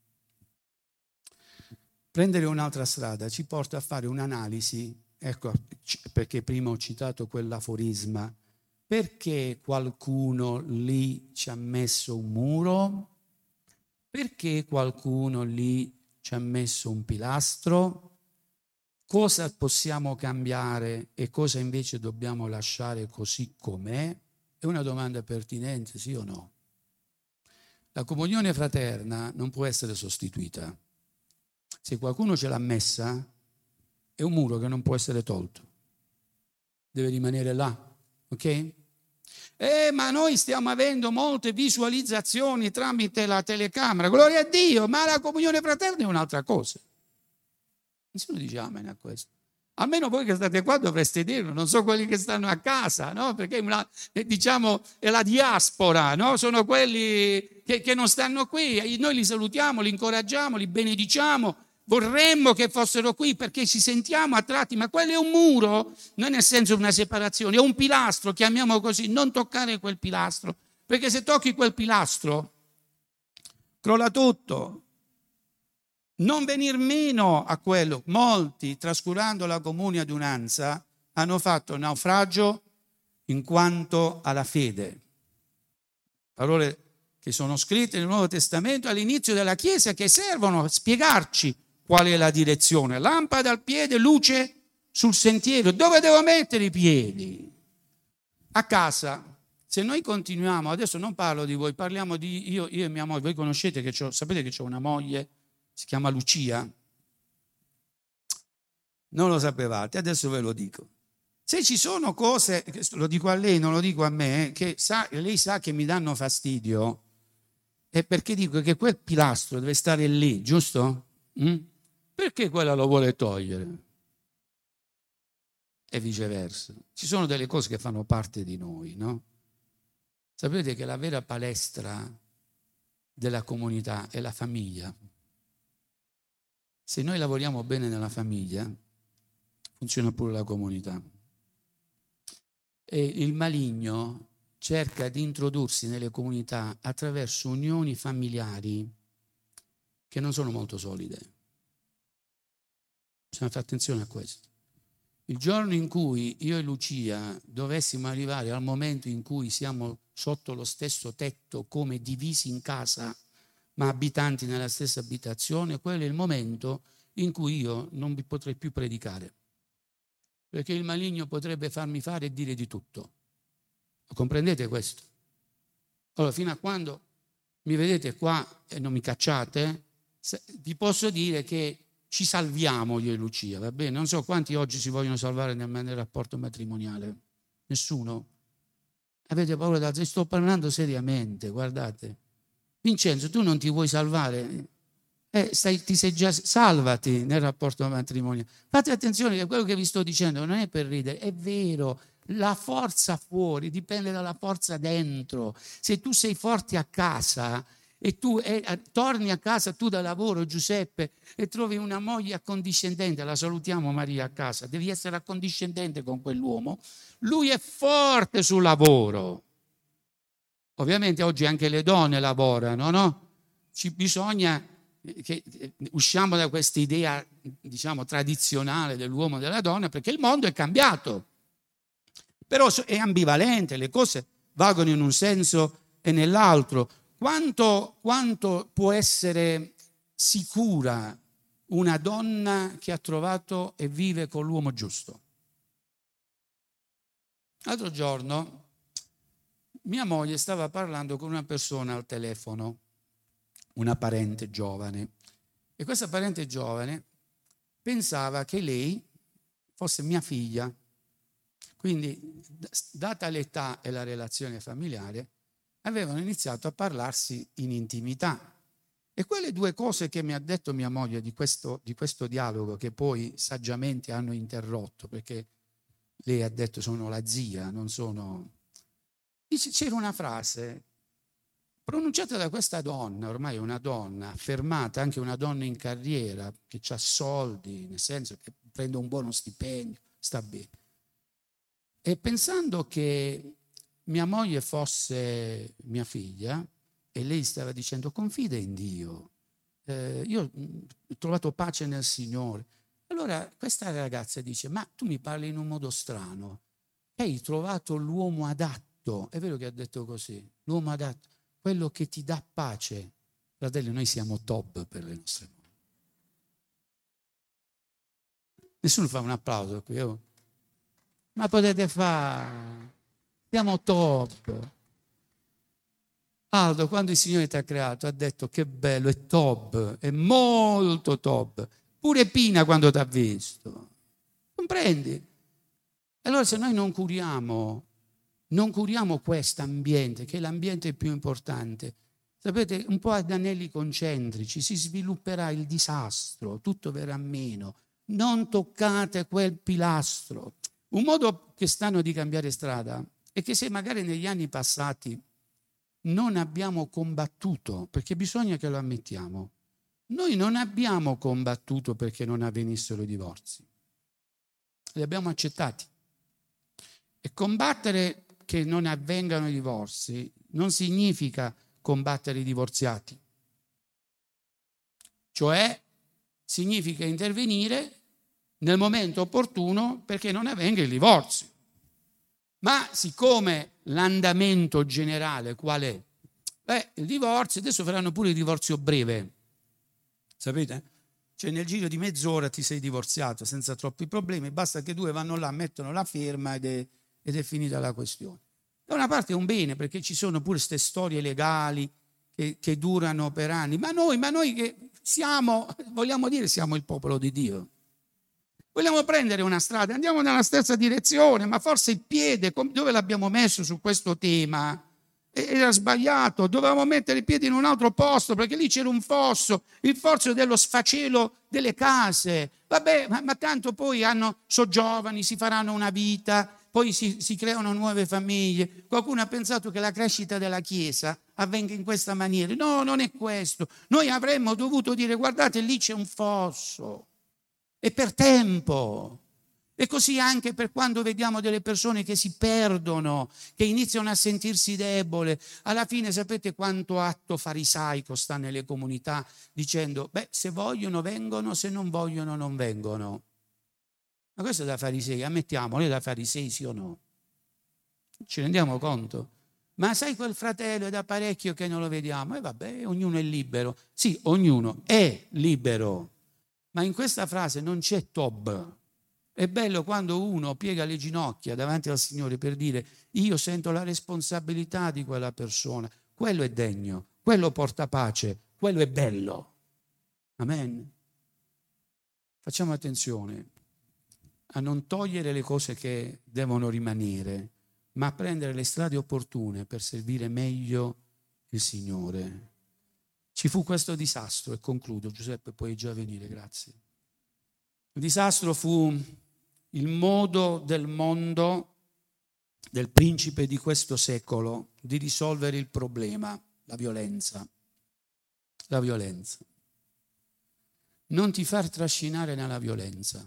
Speaker 1: prendere un'altra strada ci porta a fare un'analisi, ecco perché prima ho citato quell'aforisma, perché qualcuno lì ci ha messo un muro? Perché qualcuno lì ci ha messo un pilastro? Cosa possiamo cambiare e cosa invece dobbiamo lasciare così com'è? È una domanda pertinente, sì o no? La comunione fraterna non può essere sostituita. Se qualcuno ce l'ha messa, è un muro che non può essere tolto. Deve rimanere là, ok? Eh, ma noi stiamo avendo molte visualizzazioni tramite la telecamera, gloria a Dio, ma la comunione fraterna è un'altra cosa. Nessuno dice amen a questo. Almeno voi che state qua dovreste dirlo, non so quelli che stanno a casa, no? Perché una, diciamo è la diaspora, no? Sono quelli che, che non stanno qui, noi li salutiamo, li incoraggiamo, li benediciamo, vorremmo che fossero qui perché ci sentiamo attratti, ma quello è un muro, non nel senso una separazione, è un pilastro, chiamiamo così, non toccare quel pilastro, perché se tocchi quel pilastro crolla tutto. Non venir meno a quello. Molti, trascurando la comune adunanza, hanno fatto naufragio in quanto alla fede. Parole che sono scritte nel Nuovo Testamento all'inizio della Chiesa che servono a spiegarci qual è la direzione. Lampada al piede, luce sul sentiero. Dove devo mettere i piedi? A casa. Se noi continuiamo, adesso non parlo di voi, parliamo di io, io e mia moglie. Voi conoscete che c'ho, sapete che ho una moglie, si chiama Lucia? Non lo sapevate, adesso ve lo dico. Se ci sono cose, lo dico a lei, non lo dico a me, che sa, lei sa che mi danno fastidio, è perché dico che quel pilastro deve stare lì, giusto? Mm? Perché quella lo vuole togliere? E viceversa. Ci sono delle cose che fanno parte di noi, no? Sapete che la vera palestra della comunità è la famiglia. Se noi lavoriamo bene nella famiglia, funziona pure la comunità. E il maligno cerca di introdursi nelle comunità attraverso unioni familiari che non sono molto solide. Bisogna fare attenzione a questo. Il giorno in cui io e Lucia dovessimo arrivare al momento in cui siamo sotto lo stesso tetto come divisi in casa, ma abitanti nella stessa abitazione, quello è il momento in cui io non vi potrei più predicare, perché il maligno potrebbe farmi fare e dire di tutto. Comprendete questo? Allora, fino a quando mi vedete qua e non mi cacciate, vi posso dire che ci salviamo io e Lucia, va bene? Non so quanti oggi si vogliono salvare nel, nel rapporto matrimoniale. Nessuno? Avete paura da... Sto parlando seriamente, guardate. Vincenzo, tu non ti vuoi salvare? Eh, stai, ti sei già, salvati nel rapporto matrimoniale. Fate attenzione che quello che vi sto dicendo non è per ridere, è vero. La forza fuori dipende dalla forza dentro. Se tu sei forte a casa e tu eh, torni a casa tu da lavoro, Giuseppe, e trovi una moglie accondiscendente, la salutiamo Maria a casa, devi essere accondiscendente con quell'uomo, lui è forte sul lavoro. Ovviamente oggi anche le donne lavorano, no? Ci bisogna che usciamo da questa idea, diciamo, tradizionale dell'uomo e della donna, perché il mondo è cambiato. Però è ambivalente, le cose valgono in un senso e nell'altro. Quanto, quanto può essere sicura una donna che ha trovato e vive con l'uomo giusto? L'altro giorno mia moglie stava parlando con una persona al telefono, una parente giovane, e questa parente giovane pensava che lei fosse mia figlia. Quindi, data l'età e la relazione familiare, avevano iniziato a parlarsi in intimità. E quelle due cose che mi ha detto mia moglie di questo, di questo dialogo, che poi saggiamente hanno interrotto, perché lei ha detto sono la zia, non sono... Dice, c'era una frase pronunciata da questa donna, ormai una donna affermata, anche una donna in carriera, che ha soldi, nel senso che prende un buono stipendio, sta bene. E pensando che mia moglie fosse mia figlia, e lei stava dicendo confida in Dio, eh, io ho trovato pace nel Signore. Allora questa ragazza dice, ma tu mi parli in un modo strano, hai trovato l'uomo adatto, è vero che ha detto così, l'uomo adatto, quello che ti dà pace. Fratelli, noi siamo top per le nostre mogli. Nessuno fa un applauso qui, oh. Ma potete fare, siamo top. Aldo, quando il Signore ti ha creato, ha detto che bello, è top, è molto top. Pure Pina quando ti ha visto. Comprendi? Allora se noi non curiamo, non curiamo questo ambiente, che è l'ambiente più importante, sapete, un po' ad anelli concentrici, si svilupperà il disastro, tutto verrà meno. Non toccate quel pilastro. Un modo che stanno di cambiare strada è che se magari negli anni passati non abbiamo combattuto, perché bisogna che lo ammettiamo, noi non abbiamo combattuto perché non avvenissero i divorzi, li abbiamo accettati. E combattere che non avvengano i divorzi non significa combattere i divorziati, cioè significa intervenire nel momento opportuno perché non avvenga il divorzio. Ma siccome l'andamento generale qual è? Beh, il divorzio, adesso faranno pure il divorzio breve, sapete? Cioè nel giro di mezz'ora ti sei divorziato senza troppi problemi, basta che due vanno là, mettono la firma ed è, ed è finita la questione. Da una parte è un bene perché ci sono pure queste storie legali che, che durano per anni, ma noi, ma noi che siamo, vogliamo dire siamo il popolo di Dio. Vogliamo prendere una strada, andiamo nella stessa direzione, ma forse il piede, dove l'abbiamo messo su questo tema, era sbagliato, dovevamo mettere i piedi in un altro posto, perché lì c'era un fosso, il fosso dello sfacelo delle case. Vabbè, ma, ma tanto poi hanno, sono giovani, si faranno una vita, poi si, si creano nuove famiglie. Qualcuno ha pensato che la crescita della Chiesa avvenga in questa maniera. No, non è questo. Noi avremmo dovuto dire, guardate, lì c'è un fosso. E per tempo. E così anche per quando vediamo delle persone che si perdono, che iniziano a sentirsi debole. Alla fine sapete quanto atto farisaico sta nelle comunità dicendo, beh, se vogliono vengono, se non vogliono non vengono. Ma questo è da farisei, ammettiamolo, è da farisei sì o no? Ci rendiamo conto? Ma sai quel fratello è da parecchio che non lo vediamo? E vabbè, ognuno è libero. Sì, ognuno è libero. Ma in questa frase non c'è tob. È bello quando uno piega le ginocchia davanti al Signore per dire io sento la responsabilità di quella persona. Quello è degno, quello porta pace, quello è bello. Amen. Facciamo attenzione a non togliere le cose che devono rimanere, ma a prendere le strade opportune per servire meglio il Signore. Ci fu questo disastro, e concludo, Giuseppe, puoi già venire, grazie. Il disastro fu il modo del mondo, del principe di questo secolo, di risolvere il problema, la violenza. La violenza. Non ti far trascinare nella violenza.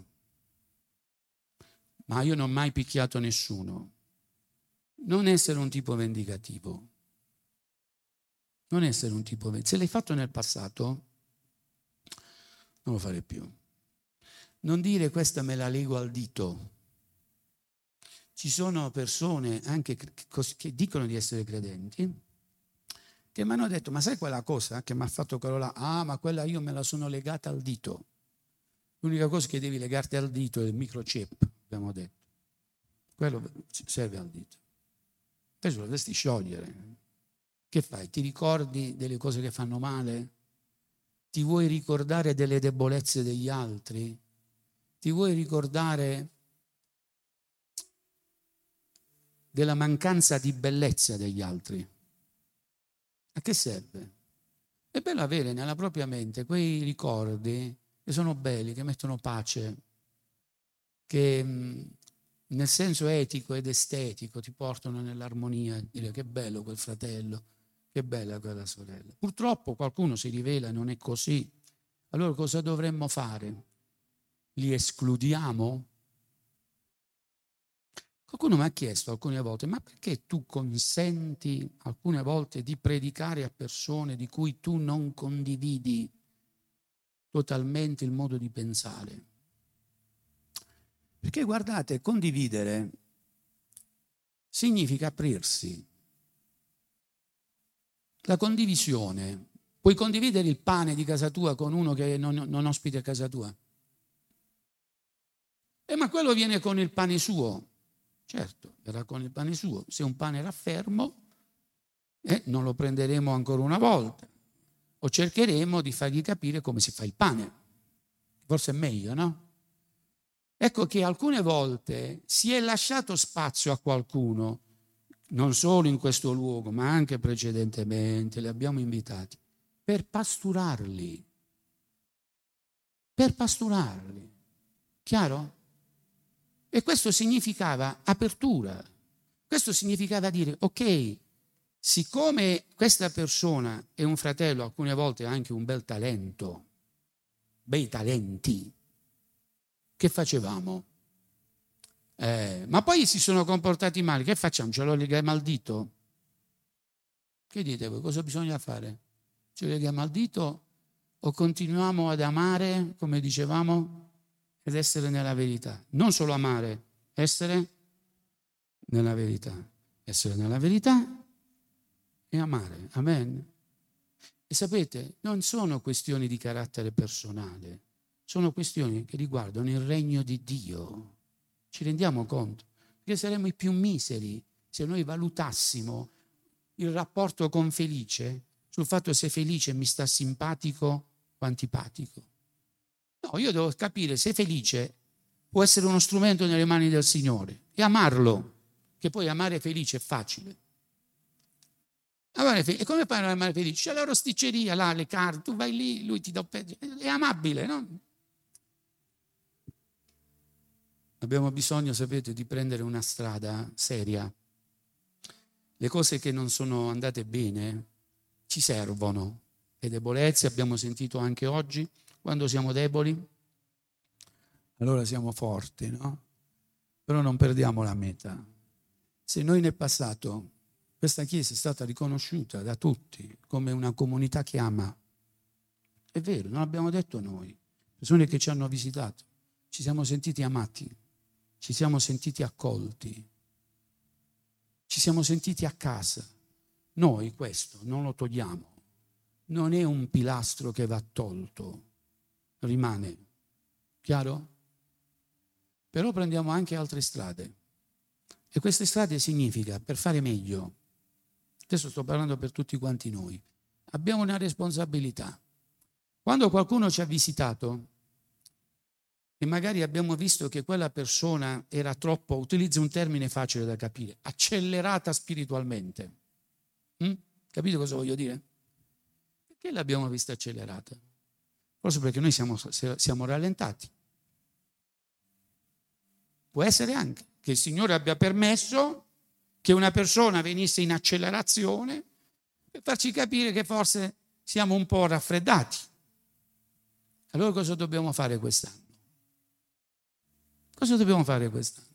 Speaker 1: Ma io non ho mai picchiato nessuno. Non essere un tipo vendicativo. Non essere un tipo vendicativo. Se l'hai fatto nel passato, non lo fare più. Non dire questa me la lego al dito. Ci sono persone anche che dicono di essere credenti che mi hanno detto, ma sai quella cosa che mi ha fatto quello là? Ah, ma quella io me la sono legata al dito. L'unica cosa che devi legarti al dito è il microchip, abbiamo detto. Quello serve al dito. Adesso lo dovresti sciogliere. Che fai? Ti ricordi delle cose che fanno male? Ti vuoi ricordare delle debolezze degli altri? Ti vuoi ricordare della mancanza di bellezza degli altri. A che serve? È bello avere nella propria mente quei ricordi che sono belli, che mettono pace, che mh, nel senso etico ed estetico ti portano nell'armonia, dire che bello quel fratello, che bella quella sorella. Purtroppo qualcuno si rivela non è così. Allora cosa dovremmo fare? Li escludiamo? Qualcuno mi ha chiesto alcune volte, ma perché tu consenti alcune volte di predicare a persone di cui tu non condividi totalmente il modo di pensare? Perché guardate, condividere significa aprirsi. La condivisione. Puoi condividere il pane di casa tua con uno che non, non ospita a casa tua? Eh, ma quello viene con il pane suo. Certo, verrà con il pane suo. Se un pane raffermo, eh, non lo prenderemo ancora una volta. O cercheremo di fargli capire come si fa il pane. Forse è meglio, no? Ecco che alcune volte si è lasciato spazio a qualcuno, non solo in questo luogo, ma anche precedentemente, li abbiamo invitati, per pasturarli. Per pasturarli. Chiaro? E questo significava apertura. Questo significava dire, ok, siccome questa persona è un fratello, alcune volte ha anche un bel talento, bei talenti, che facevamo? Eh, ma poi si sono comportati male, che facciamo? Ce lo leghiamo al dito? Che dite voi? Cosa bisogna fare? Ce lo leghiamo al dito o continuiamo ad amare, come dicevamo, ed essere nella verità? Non solo amare, essere nella verità. Essere nella verità e amare. Amen. E sapete, non sono questioni di carattere personale, sono questioni che riguardano il regno di Dio. Ci rendiamo conto? Perché saremmo i più miseri se noi valutassimo il rapporto con Felice sul fatto se Felice mi sta simpatico o antipatico. No, io devo capire se Felice può essere uno strumento nelle mani del Signore e amarlo, che poi amare Felice è facile. Amare Felice, e come fai ad amare Felice? C'è la rosticceria là, le carte, tu vai lì, lui ti dà un pezzo, è amabile, no? Abbiamo bisogno, sapete, di prendere una strada seria. Le cose che non sono andate bene ci servono. Le debolezze abbiamo sentito anche oggi. Quando siamo deboli, allora siamo forti, no? Però non perdiamo la meta. Se noi nel passato, questa Chiesa è stata riconosciuta da tutti come una comunità che ama, è vero, non l'abbiamo detto noi, persone che ci hanno visitato, ci siamo sentiti amati, ci siamo sentiti accolti, ci siamo sentiti a casa. Noi questo non lo togliamo, non è un pilastro che va tolto, rimane. Chiaro? Però prendiamo anche altre strade. E queste strade significa, per fare meglio, adesso sto parlando per tutti quanti noi, abbiamo una responsabilità. Quando qualcuno ci ha visitato e magari abbiamo visto che quella persona era troppo, utilizzo un termine facile da capire, accelerata spiritualmente. Mm? Capite cosa voglio dire? Perché l'abbiamo vista accelerata? Forse perché noi siamo, siamo rallentati. Può essere anche che il Signore abbia permesso che una persona venisse in accelerazione per farci capire che forse siamo un po' raffreddati. Allora cosa dobbiamo fare quest'anno? Cosa dobbiamo fare quest'anno?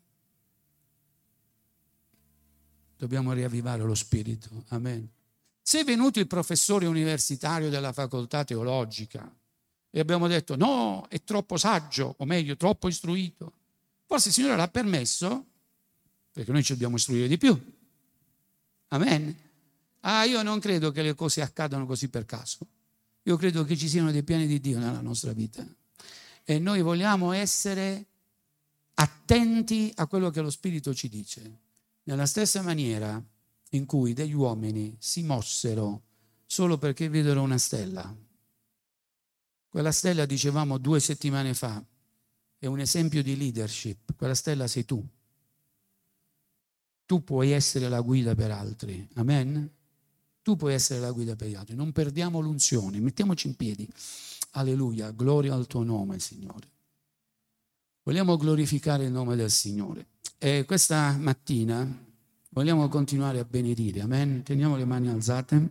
Speaker 1: Dobbiamo riavvivare lo spirito. Amen. Se è venuto il professore universitario della facoltà teologica e abbiamo detto no, è troppo saggio, o meglio, troppo istruito, forse il Signore l'ha permesso perché noi ci dobbiamo istruire di più. Amen. Ah, io non credo che le cose accadano così per caso. Io credo che ci siano dei piani di Dio nella nostra vita. E noi vogliamo essere attenti a quello che lo Spirito ci dice. Nella stessa maniera in cui degli uomini si mossero solo perché videro una stella. Quella stella, dicevamo due settimane fa, è un esempio di leadership. Quella stella sei tu. tu puoi essere la guida per altri. Amen? Tu puoi essere la guida per gli altri. Non perdiamo l'unzione. Mettiamoci in piedi. Alleluia. Gloria al tuo nome, Signore. Vogliamo glorificare il nome del Signore. E questa mattina vogliamo continuare a benedire. Amen? Teniamo le mani alzate.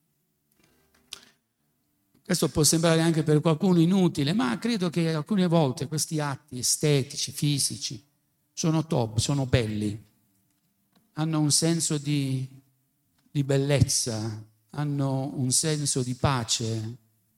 Speaker 1: Questo può sembrare anche per qualcuno inutile, ma credo che alcune volte questi atti estetici, fisici, sono top, sono belli, hanno un senso di, di bellezza, hanno un senso di pace,